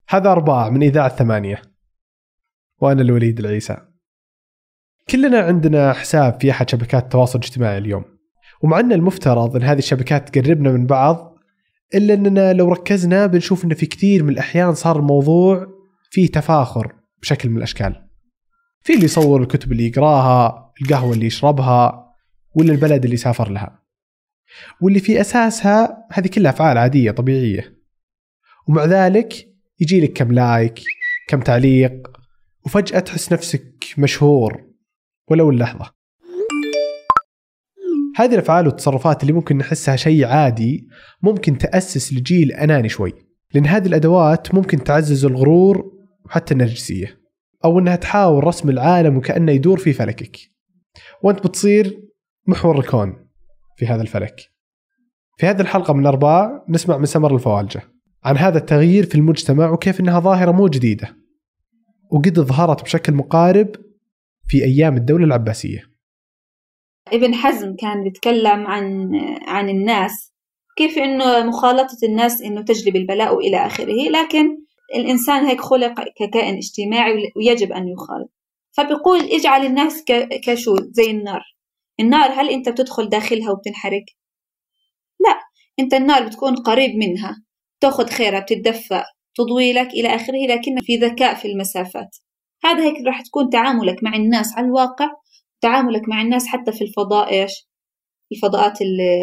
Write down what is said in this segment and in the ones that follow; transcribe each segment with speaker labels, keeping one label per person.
Speaker 1: هذا 4 من إذاعة 8، وأنا الوليد العيسى. كلنا عندنا حساب في أحد شبكات التواصل الاجتماعي اليوم، ومع أن المفترض أن هذه الشبكات تقربنا من بعض، إلا أننا لو ركزنا بنشوف أن في كثير من الأحيان صار الموضوع فيه تفاخر بشكل من الأشكال. في اللي يصور الكتب اللي يقراها، القهوة اللي يشربها، ولا البلد اللي سافر لها، واللي في أساسها هذه كلها أفعال عادية طبيعية، ومع ذلك يجي لك كم لايك، كم تعليق، وفجأة تحس نفسك مشهور ولو اللحظة. هذه الأفعال والتصرفات اللي ممكن نحسها شيء عادي ممكن تأسس لجيل أناني شوي، لأن هذه الأدوات ممكن تعزز الغرور وحتى النرجسية، أو أنها تحاول رسم العالم وكأنه يدور في فلكك، وأنت بتصير محور الكون في هذا الفلك. في هذه الحلقة من 4 نسمع من سمر الفوالجة عن هذا التغيير في المجتمع، وكيف أنها ظاهرة مو جديدة وقد ظهرت بشكل مقارب في أيام الدولة العباسية.
Speaker 2: ابن حزم كان بيتكلم عن الناس، كيف إنه مخالطة الناس إنه تجلب البلاء إلى آخره، لكن الإنسان هيك خلق ككائن اجتماعي ويجب أن يخالط. فبيقول اجعل الناس كشو زي النار، هل أنت بتدخل داخلها وبتنحرق؟ لا، أنت النار بتكون قريب منها، تأخذ خيرها، بتتدفى، تضوي لك إلى آخره، لكن في ذكاء في المسافات. هذا هيك راح تكون تعاملك مع الناس على الواقع، تعاملك مع الناس حتى في الفضاء، الفضاءات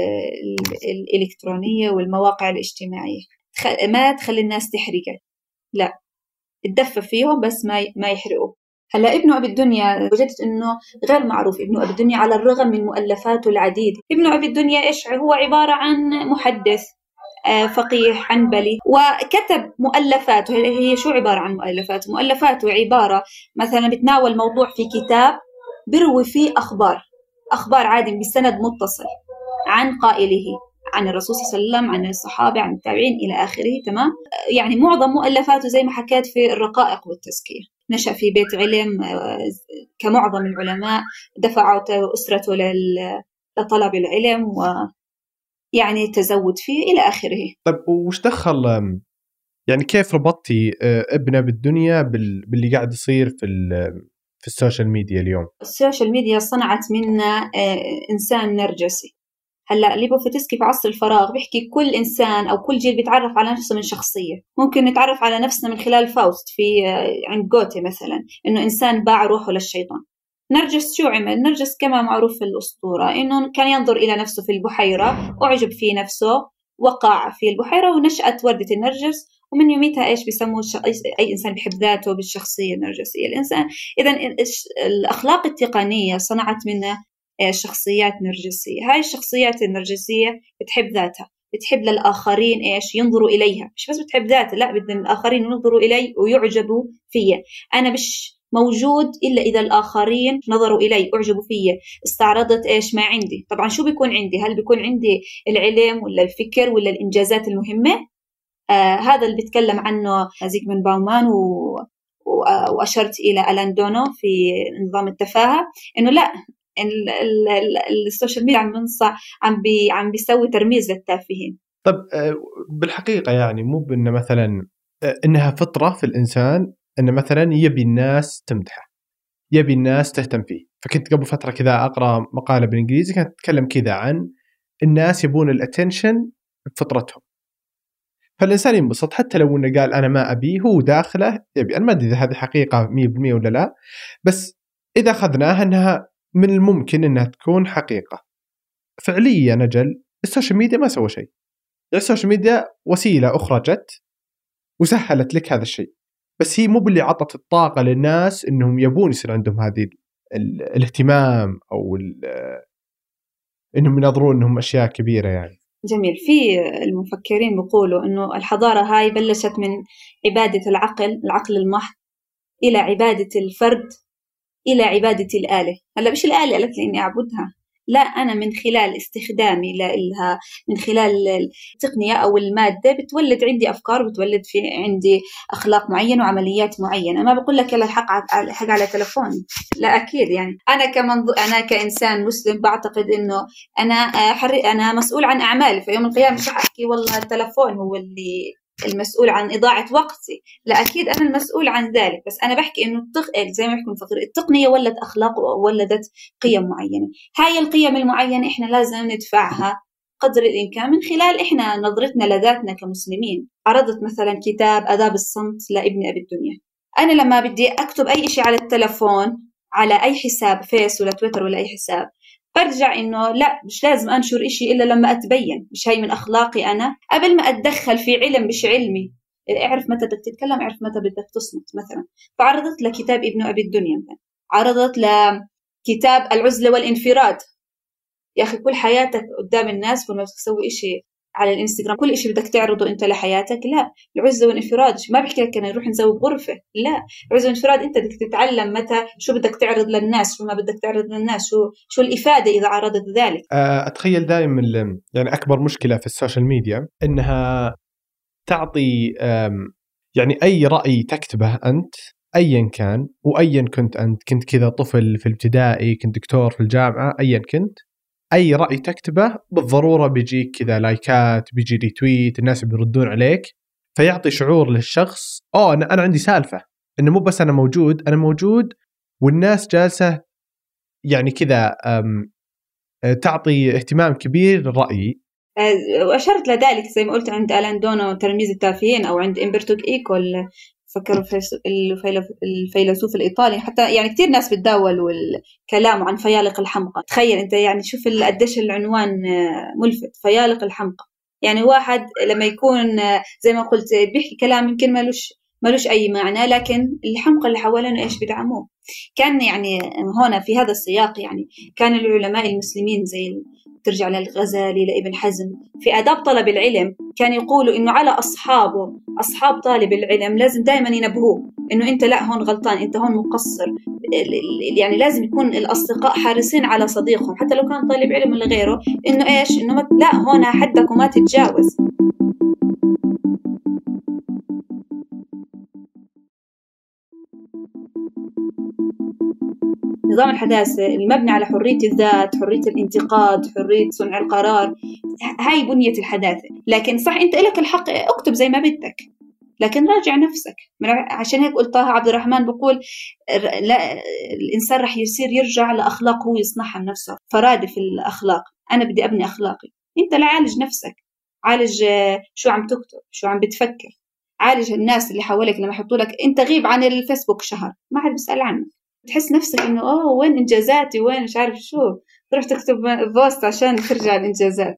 Speaker 2: الإلكترونية والمواقع الاجتماعية. ما تخلي الناس تحرقك، لا، تدفى فيهم بس ما يحرقوا. هلا ابن أبي الدنيا وجدت إنه غير معروف ابن أبي الدنيا على الرغم من مؤلفاته العديدة. ابن أبي الدنيا إيش هو؟ عبارة عن محدث فقيه حنبلي، وكتب مؤلفاته. هي شو عبارة عن مؤلفاته عبارة مثلا بتناول موضوع في كتاب بروي فيه أخبار عادي بسند متصل عن قائله، عن الرسول صلى الله عليه وسلم، عن الصحابة، عن التابعين إلى آخره. تمام. يعني معظم مؤلفاته زي ما حكيت في الرقائق والتزكية. نشأ في بيت علم كمعظم العلماء، دفعت أسرته لطلب العلم ويعني تزود فيه إلى آخره.
Speaker 1: طيب وش دخل يعني كيف ربطتي ابن أبي الدنيا باللي قاعد يصير في السوشيال ميديا اليوم؟
Speaker 2: السوشيال ميديا صنعت منا إنسان نرجسي. هلا ليبوفتسكي في عصر الفراغ بيحكي كل إنسان أو كل جيل بيتعرف على نفسه من شخصية. ممكن نتعرف على نفسنا من خلال فاوست في عند جوتي مثلا، إنه إنسان باع روحه للشيطان. نرجس شو عمل؟ نرجس كما معروف في الأسطورة إنه كان ينظر إلى نفسه في البحيرة، أعجب في نفسه، وقع في البحيرة ونشأت وردة النرجس، ومن يوميتها إيش بيسموه أي إنسان بيحب ذاته بالشخصية النرجسية الإنسان. إذن الأخلاق التقنية صنعت منها شخصيات نرجسية. هاي الشخصيات النرجسية بتحب ذاتها، بتحب للآخرين إيش ينظروا إليها، مش بس بتحب ذاتها، لا، بدنا الآخرين ينظروا إلي ويعجبوا فيا. أنا مش موجود إلا إذا الآخرين نظروا إلي، أعجبوا فيا، استعرضت إيش ما عندي. طبعا شو بيكون عندي؟ هل بيكون عندي العلم ولا الفكر ولا الإنجازات المهمة؟ هذا اللي بيتكلم عنه زيغموند باومان وأشرت إلى ألان دونو في نظام التفاهة، إنه لا، السوشيال ميديا عم بيسوي ترميز للتافهين.
Speaker 1: طب بالحقيقة يعني مو بأن مثلا إنها فطرة في الإنسان إن مثلا يبي الناس تمدحه، يبي الناس تهتم فيه. فكنت قبل فترة كذا أقرأ مقالة بالإنجليزي كانت تتكلم كذا عن الناس يبون الاتنشن بفطرتهم، فالإنسان ينبسط حتى لو إنه قال أنا ما أبي، هو داخله يبي. أنا ما أدري إذا هذه حقيقة 100% ولا لا، بس إذا أخذناها أنها من الممكن أنها تكون حقيقة فعليا. نجل السوشيال ميديا ما سوى شيء، السوشيال ميديا وسيلة أخرى جت وسهلت لك هذا الشيء، بس هي مو باللي عطت الطاقة للناس إنهم يبون يصير عندهم هذه الاهتمام أو إنهم ينظرون إنهم أشياء كبيرة يعني.
Speaker 2: جميل. في المفكرين بيقولوا إنه الحضارة هاي بلشت من عبادة العقل المحض إلى عبادة الفرد إلى عبادة الآلة. هلا مش الآلة قالت لي إني أعبدها، لا، أنا من خلال استخدامي لها، من خلال التقنية أو المادة بتولد عندي أفكار، بتولد في عندي أخلاق معينة وعمليات معينة. ما بقول لك يلا الحق على تلفوني، لا أكيد. يعني أنا كإنسان مسلم بعتقد إنه أنا مسؤول عن أعمالي، في يوم القيامة مش أحكي والله التلفون هو اللي المسؤول عن إضاعة وقتي، لا أكيد أنا المسؤول عن ذلك. بس أنا بحكي إنه زي ما بيحكوا فقر التقنية ولدت أخلاق وولدت قيم معينة. هاي القيم المعينة إحنا لازم ندفعها قدر الإمكان من خلال إحنا نظرتنا لذاتنا كمسلمين. عرضت مثلا كتاب آداب الصمت لابن أبي الدنيا. أنا لما بدي أكتب أي شيء على التلفون، على أي حساب فيس ولا تويتر ولا أي حساب، برجع إنه لا، مش لازم أنشر إشي إلا لما أتبين، مش هاي من أخلاقي أنا. قبل ما أتدخل في علم مش علمي، اعرف متى بدك تتكلم، اعرف متى بدك تصمت مثلا. فعرضت لكتاب ابن أبي الدنيا مثلا، عرضت لكتاب العزلة والانفراد. يا أخي كل حياتك قدام الناس، ولما تسوي إشي على الانستغرام كل إشي بدك تعرضه أنت لحياتك؟ لا. العزلة والانفراد ما بحكي لك أنا نروح نسوي بغرفة، لا. العزلة والانفراد أنت بدك تتعلم متى شو بدك تعرض للناس، شو ما بدك تعرض للناس، شو الإفادة إذا عرضت ذلك.
Speaker 1: أتخيل دائما يعني أكبر مشكلة في السوشيال ميديا إنها تعطي يعني أي رأي تكتبه أنت أيا كان، وأيا كنت أنت، كنت كذا طفل في الابتدائي، كنت دكتور في الجامعة، أيا كنت، أي رأي تكتبه بالضرورة بيجيك كذا لايكات، بيجي ريتويت، الناس بيردون عليك، فيعطي شعور للشخص أنا عندي سالفة، إنه مو بس أنا موجود والناس جالسة يعني كذا تعطي اهتمام كبير للرأي.
Speaker 2: وأشرت لذلك زي ما قلت عند ألان دونو تلاميذ التافهين، أو عند إمبرتو إيكو فكروا الفيلسوف الإيطالي. حتى يعني كتير ناس بتداولوا الكلام عن فيالق الحمقى. تخيل أنت يعني شوف قديش العنوان ملفت، فيالق الحمقى. يعني واحد لما يكون زي ما قلت بيحكي كلام يمكن ملوش أي معنى، لكن الحمقى اللي حوالينه إيش بدعموه. كان يعني هنا في هذا السياق يعني كان العلماء المسلمين زي ترجع للغزالي، لابن حزم، في آداب طلب العلم كان يقولوا إنه على أصحاب طالب العلم لازم دائما ينبهوه إنه أنت لا هون غلطان، أنت هون مقصر. يعني لازم يكون الأصدقاء حارسين على صديقهم حتى لو كان طالب علم ولا غيره، إنه إيش، إنه لا هون حدك وما تتجاوز. نظام الحداثة المبني على حرية الذات، حرية الانتقاد، حرية صنع القرار، هاي بنية الحداثة. لكن صح أنت إلك الحق اكتب زي ما بدك، لكن راجع نفسك. عشان هيك قلت طه عبد الرحمن بقول لا، الإنسان رح يصير يرجع لأخلاق هو يصنعها بنفسه، فرادف الأخلاق. أنا بدي أبني أخلاقي، أنت لا عالج نفسك، عالج شو عم تكتب، شو عم بتفكر، عالج الناس اللي حواليك. لما يحطوا لك أنت غيب عن الفيسبوك شهر ما حد بيسأل عنك، تحس نفسك إنه وين إنجازاتي، وين مش عارف شو، تروح تكتب بوست عشان ترجع الإنجازات.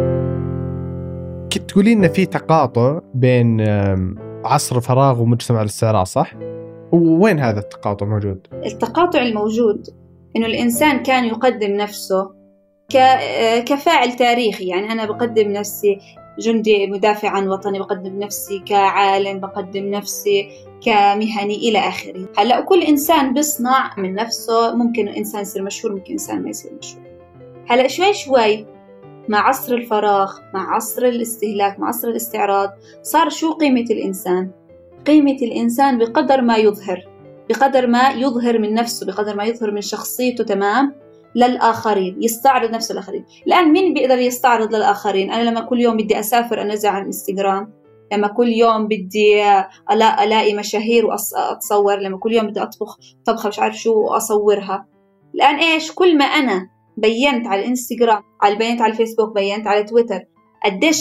Speaker 1: كنت تقولين إن في تقاطع بين عصر الفراغ ومجتمع الاستعراض، صح؟ وين هذا التقاطع موجود؟
Speaker 2: التقاطع الموجود إنه الإنسان كان يقدم نفسه كفاعل تاريخي. يعني أنا بقدم نفسي جندي مدافع عن وطني، بقدم نفسي كعالم، بقدم نفسي كمهني إلى آخره. هلأ كل إنسان بيصنع من نفسه، ممكن إنسان يصير مشهور، ممكن إنسان ما يصير مشهور. هلأ شوي مع عصر الفراغ، مع عصر الاستهلاك، مع عصر الاستعراض، صار شو قيمة الإنسان؟ قيمة الإنسان بقدر ما يظهر من نفسه، بقدر ما يظهر من شخصيته تمام للآخرين، يستعرض نفسه للآخرين. الآن مين بيقدر يستعرض للآخرين؟ أنا لما كل يوم بدي أسافر أنزل على الإنستغرام، لما كل يوم بدي ألاقي مشاهير وأتصور، لما كل يوم بدي أطبخ طبخة مش عارف شو وأصورها. الآن إيش؟ كل ما أنا بينت على الإنستغرام، بينت على الفيسبوك، بينت على تويتر قديش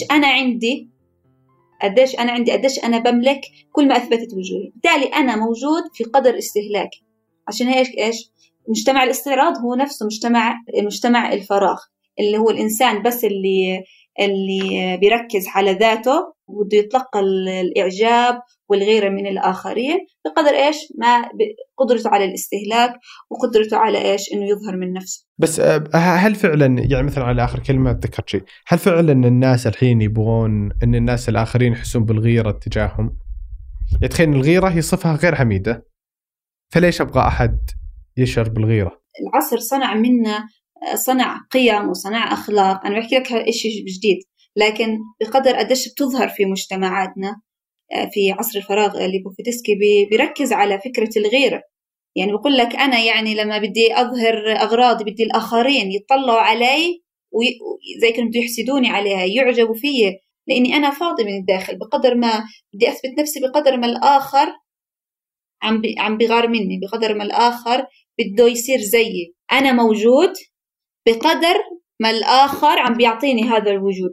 Speaker 2: أنا بملك، كل ما أثبتت وجودي، بالتالي أنا موجود في قدر استهلاكي. عشان هيك إيش؟ مجتمع الاستعراض هو نفسه مجتمع الفراغ، اللي هو الإنسان بس اللي بيركز على ذاته وبده يتلقى الإعجاب والغيرة من الآخرين بقدر إيش ما قدرته على الاستهلاك وقدرته على إيش إنه يظهر من نفسه.
Speaker 1: بس هل فعلا يعني مثلا على آخر كلمة ذكرت شيء، هل فعلا الناس الحين يبغون إن الناس الآخرين يحسون بالغيرة تجاههم؟ يتخيل الغيرة هي صفة غير حميدة، فليش أبغى أحد يشعر بالغيرة؟
Speaker 2: العصر صنع قيم وصنع أخلاق. أنا بحكي لك إشي جديد، لكن بقدر قديش بتظهر في مجتمعاتنا في عصر الفراغ اللي بوفتسكي بيركز على فكرة الغيرة. يعني بقول لك أنا يعني لما بدي أظهر أغراضي بدي الآخرين يطلعوا علي وزي كانوا بده يحسدوني عليها، يعجبوا فيه، لأني أنا فاضي من الداخل. بقدر ما بدي أثبت نفسي، بقدر ما الآخر عم بيغار مني، بقدر ما الآخر بده يصير زيي. أنا موجود بقدر ما الآخر عم بيعطيني هذا الوجود.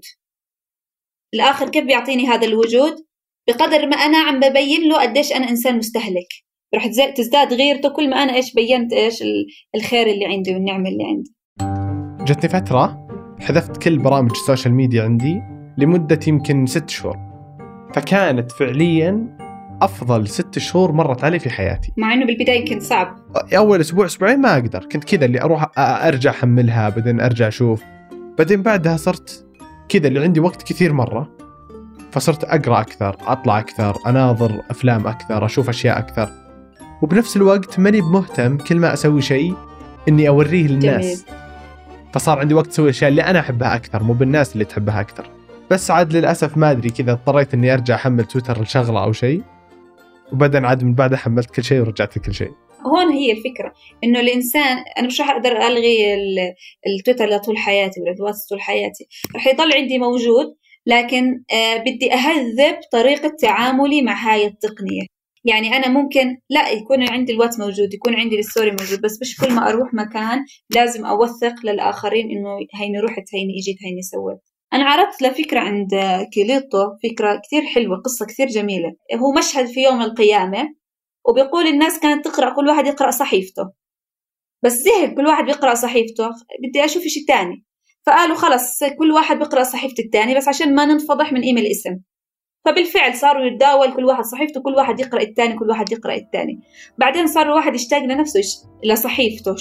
Speaker 2: الآخر كيف بيعطيني هذا الوجود؟ بقدر ما أنا عم ببين له قديش أنا إنسان مستهلك، رح تزداد غيرته كل ما أنا إيش بينت إيش الخير اللي عندي والنعمة اللي عندي.
Speaker 1: جتني فترة حذفت كل برامج السوشيال ميديا عندي لمدة يمكن 6 شهور، فكانت فعليا أفضل 6 شهور مرت علي في حياتي.
Speaker 2: مع إنه بالبداية كنت صعب،
Speaker 1: أول أسبوع أسبوعين ما أقدر، كنت كذا اللي أروح أرجع أحملها بعدين أرجع أشوف، بعدين بعدها صرت كذا اللي عندي وقت كثير مرة، فصرت أقرأ أكثر، أطلع أكثر، أناظر أفلام أكثر، أشوف أشياء أكثر، وبنفس الوقت ماني بمهتم كل ما أسوي شيء إني أوريه للناس. جميل. فصار عندي وقت أسوي الأشياء اللي أنا أحبها أكثر مو بالناس اللي تحبها أكثر. بس عاد للأسف ما أدري كذا اضطريت إني أرجع أحمل تويتر لشغلة أو شيء، وبعدين عاد من بعدها حملت كل شيء ورجعت لكل شيء.
Speaker 2: هون هي الفكرة إنه الإنسان، أنا مش راح أقدر ألغي التويتر لطول حياتي ولا الواتس طول حياتي، رح يضل عندي موجود، لكن بدي أهذب طريقة تعاملي مع هاي التقنية. يعني أنا ممكن لا يكون عندي الواتس موجود، يكون عندي الستوري موجود، بس مش كل ما أروح مكان لازم أوثق للآخرين إنه هيني رحت، هيني إجيت، هيني سويت. أنا عرضت لفكرة عند كيليتو، فكرة كثير حلوة، قصة كثير جميلة. هو مشهد في يوم القيامة، وبيقول الناس كانت تقرأ، كل واحد يقرأ صحيفته، بس زهق كل واحد بيقرأ صحيفته، بدي أشوف إشي تاني. فقالوا خلص كل واحد بيقرأ صحيفة التاني، بس عشان ما ننفضح من إيميل الاسم. فبالفعل صاروا يتداول كل واحد صحيفته، كل واحد يقرأ التاني، كل واحد يقرأ التاني. بعدين صار الواحد يشتاق لنفسه، لصحيفته،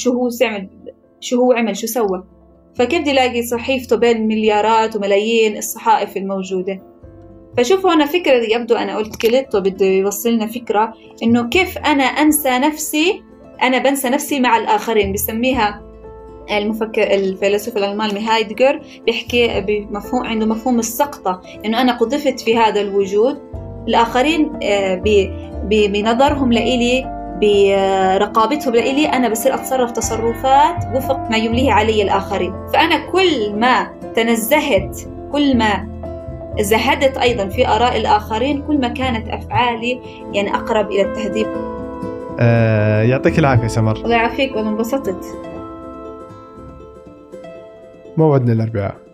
Speaker 2: شو هو عمل، شو سوى. فكيف بدي لاقي صحيفته بين مليارات وملايين الصحائف الموجودة؟ فشوف هنا فكرة، يبدو أنا قلت كيليتو بده يوصلنا فكرة إنه كيف أنا أنسى نفسي، أنا بنسى نفسي مع الآخرين. بسميها الفيلسوف الألماني هايدغر، بيحكي بمفهوم، عنده مفهوم السقطة، إنه أنا قذفت في هذا الوجود، الآخرين بنظرهم لإلي، برقابتهم لإلي، أنا بصير أتصرف تصرفات وفق ما يمليه علي الآخرين. فأنا كل ما تنزهت، كل ما زهدت أيضا في آراء الآخرين، كل ما كانت أفعالي يعني أقرب إلى التهذيب.
Speaker 1: يعطيك العافية سمر.
Speaker 2: الله يعافيك، وأنا انبسطت.
Speaker 1: موعدنا الأربعاء.